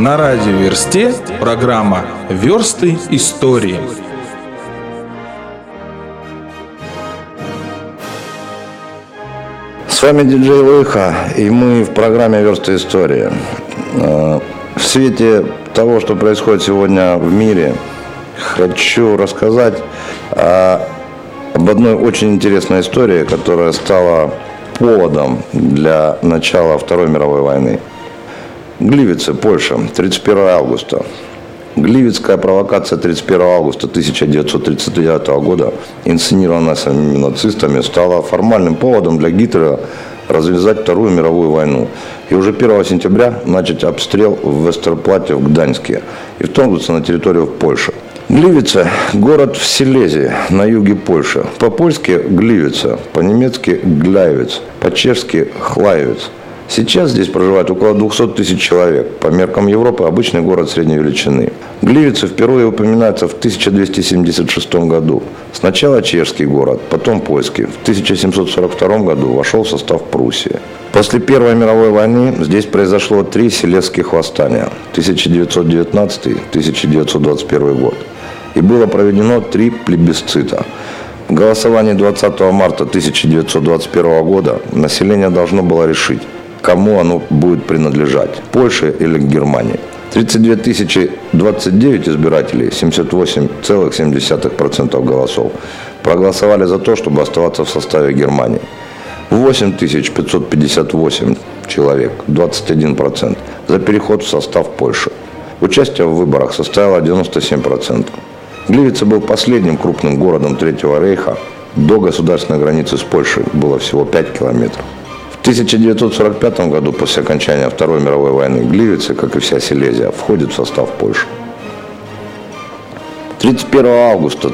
На радио Версте программа «Версты истории». С вами диджей Лыха, и мы в программе «Версты истории». В свете того, что происходит сегодня в мире, хочу рассказать об одной очень интересной истории, которая стала поводом для начала Второй мировой войны. Гливице, Польша, 31 августа. Гливицкая провокация 31 августа 1939 года, инсценированная самими нацистами, стала формальным поводом для Гитлера развязать Вторую мировую войну. И уже 1 сентября начать обстрел в Вестерплате в Гданьске и вторгнуться на территорию Польши. Гливице – город в Силезии, на юге Польши. По-польски – Гливица, по-немецки – Гляйвиц, по-чешски – Хлайвиц. Сейчас здесь проживает около 200 тысяч человек. По меркам Европы обычный город средней величины. Гливица впервые упоминается в 1276 году. Сначала чешский город, потом польский. В 1742 году вошел в состав Пруссии. После Первой мировой войны здесь произошло 3 Силезских восстания. 1919-1921 год. И было проведено 3 плебисцита. В голосовании 20 марта 1921 года население должно было решить, кому оно будет принадлежать, Польше или Германии. 32 029 избирателей, 78,7% голосов, проголосовали за то, чтобы оставаться в составе Германии. 8 558 человек, 21%, за переход в состав Польши. Участие в выборах составило 97%. Гливица был последним крупным городом Третьего рейха. До государственной границы с Польшей было всего 5 километров. В 1945 году, после окончания Второй мировой войны, Гливица, как и вся Силезия, входит в состав Польши. 31 августа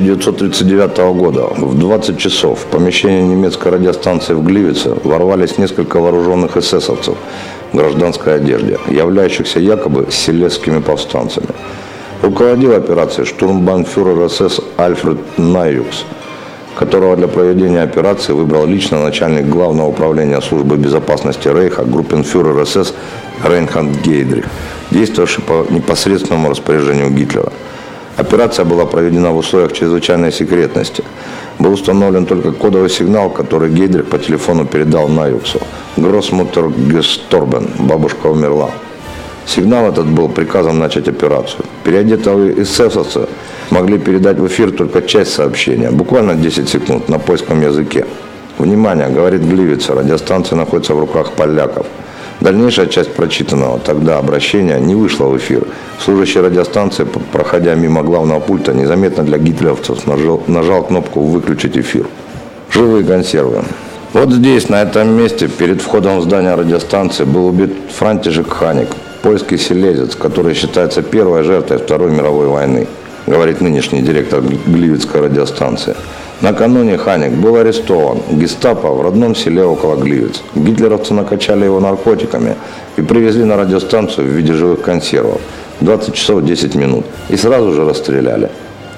1939 года в 20 часов в помещение немецкой радиостанции в Гливице ворвались несколько вооруженных эсэсовцев в гражданской одежде, являющихся якобы силезскими повстанцами. Руководил операцией штурмбанфюрер СС Альфред Найюкс, которого для проведения операции выбрал лично начальник Главного управления службы безопасности Рейха, группенфюрер СС Рейнхард Гейдрих, действовавший по непосредственному распоряжению Гитлера. Операция была проведена в условиях чрезвычайной секретности. Был установлен только кодовый сигнал, который Гейдрих по телефону передал Найюксу. «Гроссмуттер гесторбен», бабушка умерла. Сигнал этот был приказом начать операцию. Переодетые эсэсовцы могли передать в эфир только часть сообщения, буквально 10 секунд, на польском языке. «Внимание», говорит Гливица, радиостанция находится в руках поляков. Дальнейшая часть прочитанного тогда обращения не вышла в эфир. Служащий радиостанции, проходя мимо главного пульта, незаметно для гитлеровцев нажал кнопку «Выключить эфир». Живые консервы. Вот здесь, на этом месте, перед входом в здание радиостанции, был убит Франтишек Ханик, польский силезец, который считается первой жертвой Второй мировой войны, говорит нынешний директор Гливицкой радиостанции. Накануне Ханик был арестован гестапо в родном селе около Гливиц. Гитлеровцы накачали его наркотиками и привезли на радиостанцию в виде живых консервов. 20 часов 10 минут. И сразу же расстреляли.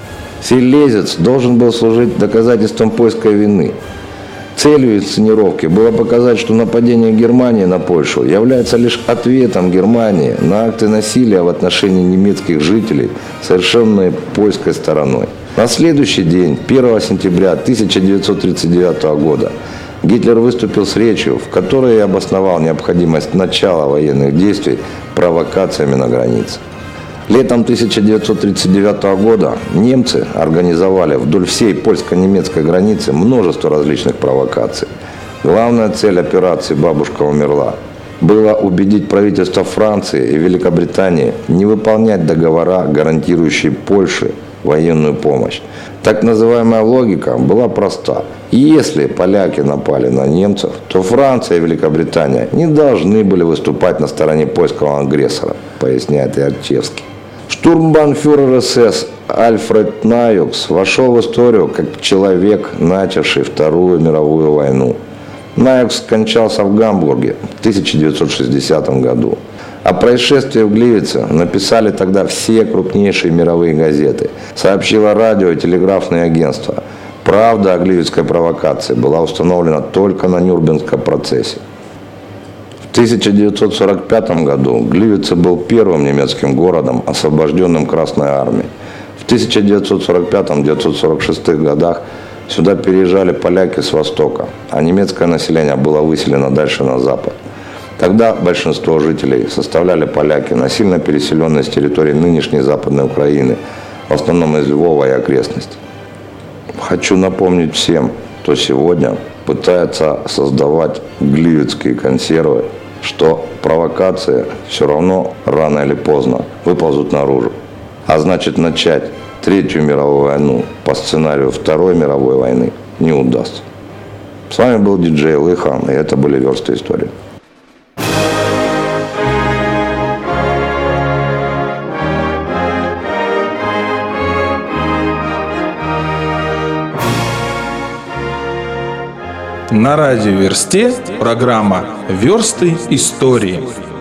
Силезец должен был служить доказательством польской вины. Целью инсценировки было показать, что нападение Германии на Польшу является лишь ответом Германии на акты насилия в отношении немецких жителей, совершенные польской стороной. На следующий день, 1 сентября 1939 года, Гитлер выступил с речью, в которой и обосновал необходимость начала военных действий провокациями на границе. Летом 1939 года немцы организовали вдоль всей польско-немецкой границы множество различных провокаций. Главная цель операции «Бабушка умерла» была убедить правительства Франции и Великобритании не выполнять договора, гарантирующие Польше военную помощь. Так называемая логика была проста. Если поляки напали на немцев, то Франция и Великобритания не должны были выступать на стороне польского агрессора, поясняет Ярчевский. Штурмбанфюрер СС Альфред Найюкс вошел в историю как человек, начавший Вторую мировую войну. Найюкс скончался в Гамбурге в 1960 году. О происшествии в Гливице написали тогда все крупнейшие мировые газеты, сообщило радио и телеграфное агентство. Правда о гливицкой провокации была установлена только на Нюрнбергском процессе. В 1945 году Гливице был первым немецким городом, освобожденным Красной Армией. В 1945-1946 годах сюда переезжали поляки с востока, а немецкое население было выселено дальше на запад. Тогда большинство жителей составляли поляки, насильно переселенные с территории нынешней Западной Украины, в основном из Львова и окрестностей. Хочу напомнить всем, кто сегодня пытается создавать гливицкие консервы, что провокации все равно рано или поздно выползут наружу. А значит, начать Третью мировую войну по сценарию Второй мировой войны не удастся. С вами был диджей Лыха, и это были версты истории. На радио Версте программа «Версты истории».